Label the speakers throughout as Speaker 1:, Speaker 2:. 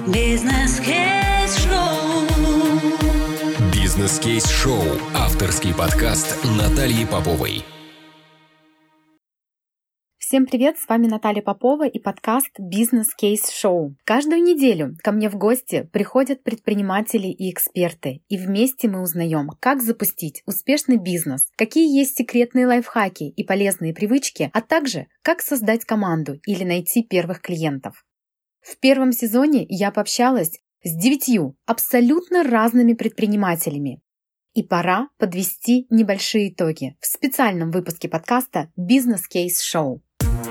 Speaker 1: Бизнес-кейс-шоу.
Speaker 2: Бизнес-кейс-шоу. Авторский подкаст Натальи Поповой.
Speaker 3: Всем привет, с вами Наталья Попова и подкаст «Бизнес-кейс-шоу». Каждую неделю ко мне в гости приходят предприниматели и эксперты, и вместе мы узнаем, как запустить успешный бизнес, какие есть секретные лайфхаки и полезные привычки, а также как создать команду или найти первых клиентов. В первом сезоне я пообщалась с 9 абсолютно разными предпринимателями. И пора подвести небольшие итоги в специальном выпуске подкаста «Бизнес-кейс-шоу».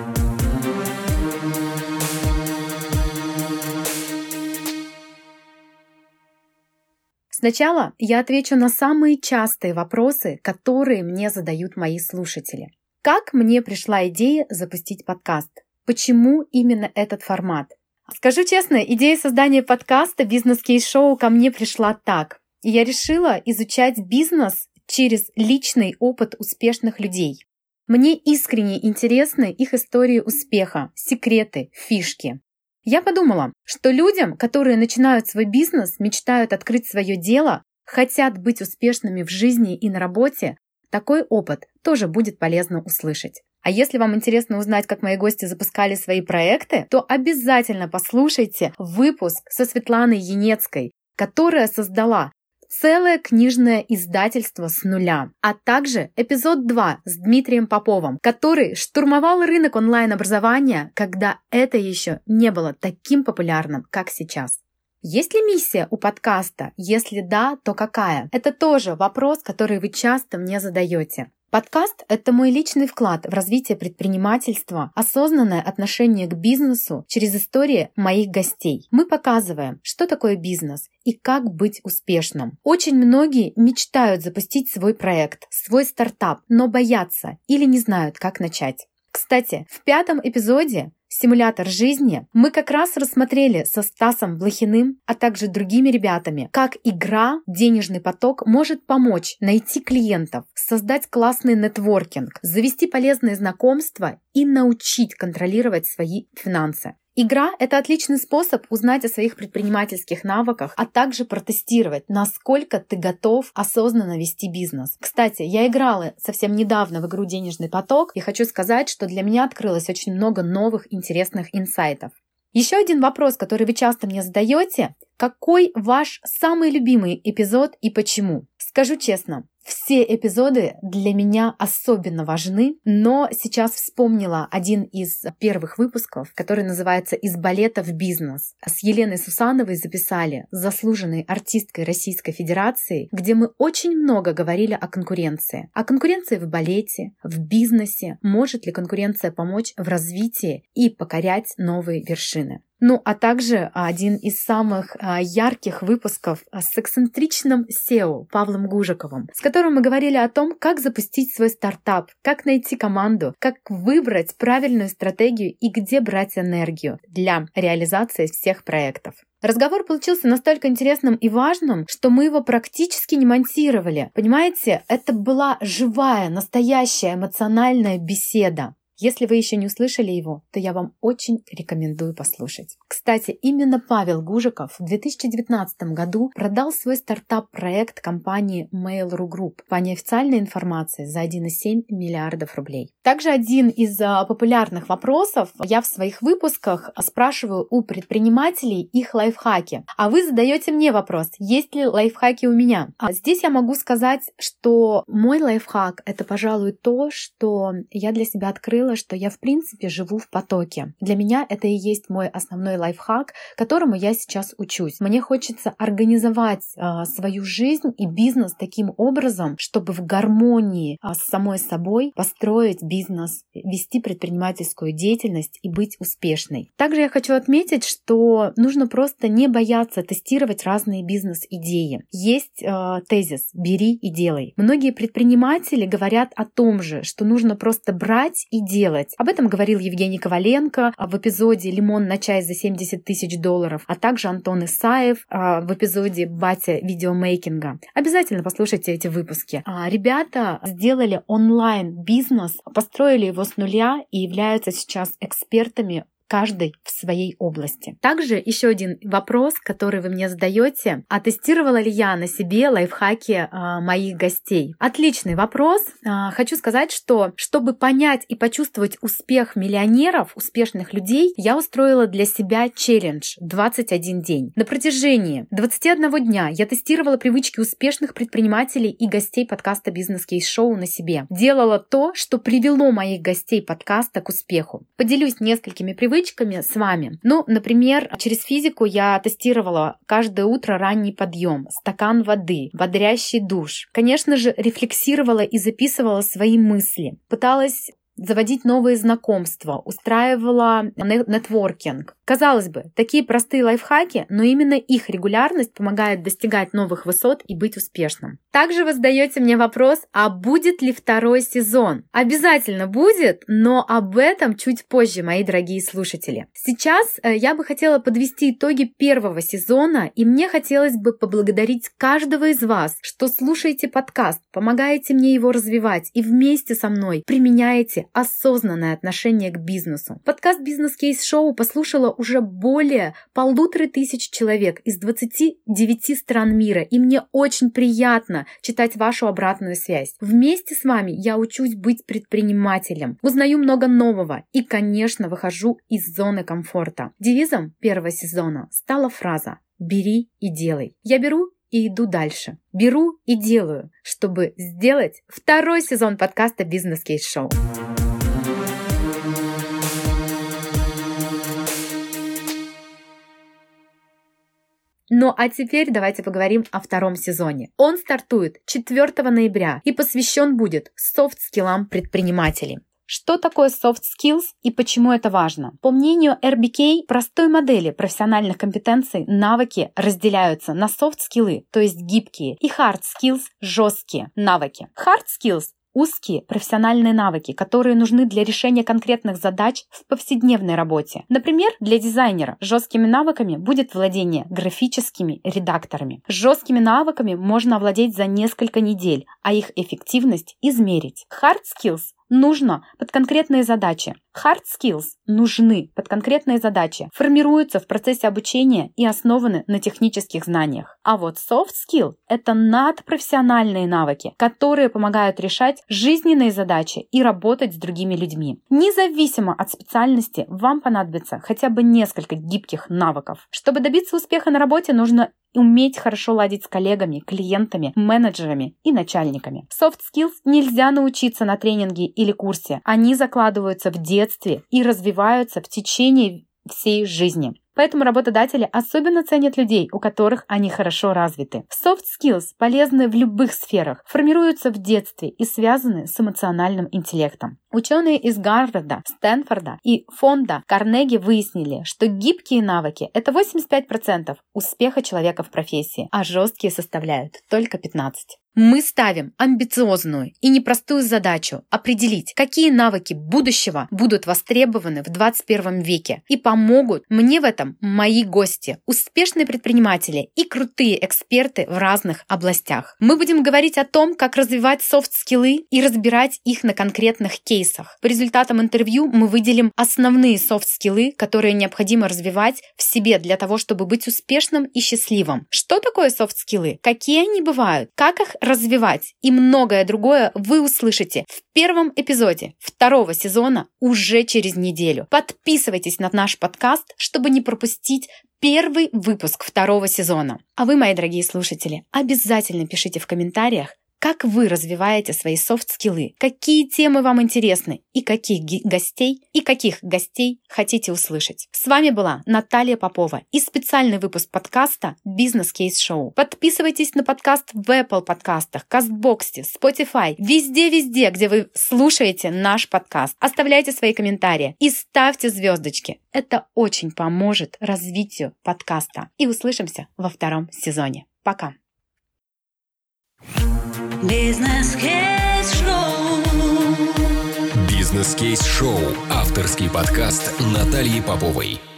Speaker 3: Сначала я отвечу на самые частые вопросы, которые мне задают мои слушатели. Как мне пришла идея запустить подкаст? Почему именно этот формат? Скажу честно, идея создания подкаста «Бизнес-кейс-шоу» ко мне пришла так. И я решила изучать бизнес через личный опыт успешных людей. Мне искренне интересны их истории успеха, секреты, фишки. Я подумала, что людям, которые начинают свой бизнес, мечтают открыть свое дело, хотят быть успешными в жизни и на работе, такой опыт тоже будет полезно услышать. А если вам интересно узнать, как мои гости запускали свои проекты, то обязательно послушайте выпуск со Светланой Янецкой, которая создала целое книжное издательство с нуля, а также эпизод 2 с Дмитрием Поповым, который штурмовал рынок онлайн-образования, когда это еще не было таким популярным, как сейчас. Есть ли миссия у подкаста? Если да, то какая? Это тоже вопрос, который вы часто мне задаете. Подкаст – это мой личный вклад в развитие предпринимательства, осознанное отношение к бизнесу через истории моих гостей. Мы показываем, что такое бизнес и как быть успешным. Очень многие мечтают запустить свой проект, свой стартап, но боятся или не знают, как начать. Кстати, в 5-м эпизоде «Симулятор жизни» мы как раз рассмотрели со Стасом Блохиным, а также другими ребятами, как игра «Денежный поток» может помочь найти клиентов, создать классный нетворкинг, завести полезные знакомства и научить контролировать свои финансы. Игра – это отличный способ узнать о своих предпринимательских навыках, а также протестировать, насколько ты готов осознанно вести бизнес. Кстати, я играла совсем недавно в игру «Денежный поток» и хочу сказать, что для меня открылось очень много новых интересных инсайтов. Еще один вопрос, который вы часто мне задаете – какой ваш самый любимый эпизод и почему? Скажу честно, все эпизоды для меня особенно важны, но сейчас вспомнила один из первых выпусков, который называется «Из балета в бизнес». С Еленой Сусановой записали, заслуженной артисткой Российской Федерации, где мы очень много говорили о конкуренции. О конкуренции в балете, в бизнесе, может ли конкуренция помочь в развитии и покорять новые вершины. Ну, а также один из самых ярких выпусков с эксцентричным SEO Павлом Гужиковым, с которым мы говорили о том, как запустить свой стартап, как найти команду, как выбрать правильную стратегию и где брать энергию для реализации всех проектов. Разговор получился настолько интересным и важным, что мы его практически не монтировали. Понимаете, это была живая, настоящая эмоциональная беседа. Если вы еще не услышали его, то я вам очень рекомендую послушать. Кстати, именно Павел Гужиков в 2019 году продал свой стартап-проект компании Mail.ru Group по неофициальной информации за 1,7 миллиардов рублей. Также один из популярных вопросов я в своих выпусках спрашиваю у предпринимателей их лайфхаки. А вы задаете мне вопрос, есть ли лайфхаки у меня? А здесь я могу сказать, что мой лайфхак – это, пожалуй, то, что я для себя открыла, что я, в принципе, живу в потоке. Для меня это и есть мой основной лайфхак, которому я сейчас учусь. Мне хочется организовать свою жизнь и бизнес таким образом, чтобы в гармонии с самой собой построить бизнес, вести предпринимательскую деятельность и быть успешной. Также я хочу отметить, что нужно просто не бояться тестировать разные бизнес-идеи. Есть тезис «бери и делай». Многие предприниматели говорят о том же, что нужно просто брать и делать. Об этом говорил Евгений Коваленко в эпизоде «Лимон на чай за $70 тысяч», а также Антон Исаев в эпизоде «Батя видеомейкинга». Обязательно послушайте эти выпуски. Ребята сделали онлайн-бизнес, построили его с нуля и являются сейчас экспертами каждый в своей области. Также еще один вопрос, который вы мне задаете. А тестировала ли я на себе лайфхаки моих гостей? Отличный вопрос. Хочу сказать, что чтобы понять и почувствовать успех миллионеров, успешных людей, я устроила для себя челлендж 21 день. На протяжении 21 дня я тестировала привычки успешных предпринимателей и гостей подкаста «Бизнес-кейс-шоу» на себе. Делала то, что привело моих гостей подкаста к успеху. Поделюсь несколькими привычками с вами. Например, через физику я тестировала каждое утро ранний подъем, стакан воды, бодрящий душ. Конечно же, рефлексировала и записывала свои мысли. Пыталась заводить новые знакомства, устраивала нетворкинг. Казалось бы, такие простые лайфхаки, но именно их регулярность помогает достигать новых высот и быть успешным. Также вы задаете мне вопрос, а будет ли второй сезон? Обязательно будет, но об этом чуть позже, мои дорогие слушатели. Сейчас я бы хотела подвести итоги первого сезона, и мне хотелось бы поблагодарить каждого из вас, что слушаете подкаст, помогаете мне его развивать и вместе со мной применяете осознанное отношение к бизнесу. Подкаст «Бизнес-кейс-шоу» послушала уже более 1500 человек из 29 стран мира, и мне очень приятно читать вашу обратную связь. Вместе с вами я учусь быть предпринимателем, узнаю много нового и, конечно, выхожу из зоны комфорта. Девизом первого сезона стала фраза «Бери и делай». Я беру и иду дальше. Беру и делаю, чтобы сделать второй сезон подкаста «Бизнес-кейс-шоу». А теперь давайте поговорим о втором сезоне. Он стартует 4 ноября и посвящен будет софт-скиллам предпринимателей. Что такое soft skills и почему это важно? По мнению RBK, простой модели профессиональных компетенций навыки разделяются на soft skills, то есть гибкие, и hard skills, жесткие навыки. Hard skills узкие профессиональные навыки, которые нужны для решения конкретных задач в повседневной работе. Например, для дизайнера жесткими навыками будет владение графическими редакторами. Жесткими навыками можно овладеть за несколько недель, а их эффективность измерить. Hard skills нужно под конкретные задачи. Hard skills нужны под конкретные задачи, формируются в процессе обучения и основаны на технических знаниях. А вот soft skill – это надпрофессиональные навыки, которые помогают решать жизненные задачи и работать с другими людьми. Независимо от специальности, вам понадобится хотя бы несколько гибких навыков. Чтобы добиться успеха на работе, нужно уметь хорошо ладить с коллегами, клиентами, менеджерами и начальниками. Soft skills нельзя научиться на тренинге или курсе. Они закладываются в детстве и развиваются в течение всей жизни. Поэтому работодатели особенно ценят людей, у которых они хорошо развиты. Soft skills полезны в любых сферах, формируются в детстве и связаны с эмоциональным интеллектом. Ученые из Гарварда, Стэнфорда и фонда Карнеги выяснили, что гибкие навыки – это 85% успеха человека в профессии, а жесткие составляют только 15%. Мы ставим амбициозную и непростую задачу определить, какие навыки будущего будут востребованы в 21 веке и помогут мне в этом мои гости, успешные предприниматели и крутые эксперты в разных областях. Мы будем говорить о том, как развивать софт-скиллы и разбирать их на конкретных кейсах. По результатам интервью мы выделим основные софт-скиллы, которые необходимо развивать в себе для того, чтобы быть успешным и счастливым. Что такое софт-скиллы? Какие они бывают? Как их развивать? И многое другое вы услышите в первом эпизоде второго сезона уже через неделю. Подписывайтесь на наш подкаст, чтобы не пропустить первый выпуск второго сезона. А вы, мои дорогие слушатели, обязательно пишите в комментариях, как вы развиваете свои софт-скиллы, какие темы вам интересны и каких гостей хотите услышать. С вами была Наталья Попова и специальный выпуск подкаста «Бизнес-кейс-шоу». Подписывайтесь на подкаст в Apple подкастах, Кастбоксе, Spotify, везде, где вы слушаете наш подкаст. Оставляйте свои комментарии и ставьте звездочки. Это очень поможет развитию подкаста. И услышимся во втором сезоне. Пока!
Speaker 2: Бизнес-кейс-шоу. Бизнес-кейс-шоу. Авторский подкаст Натальи Поповой.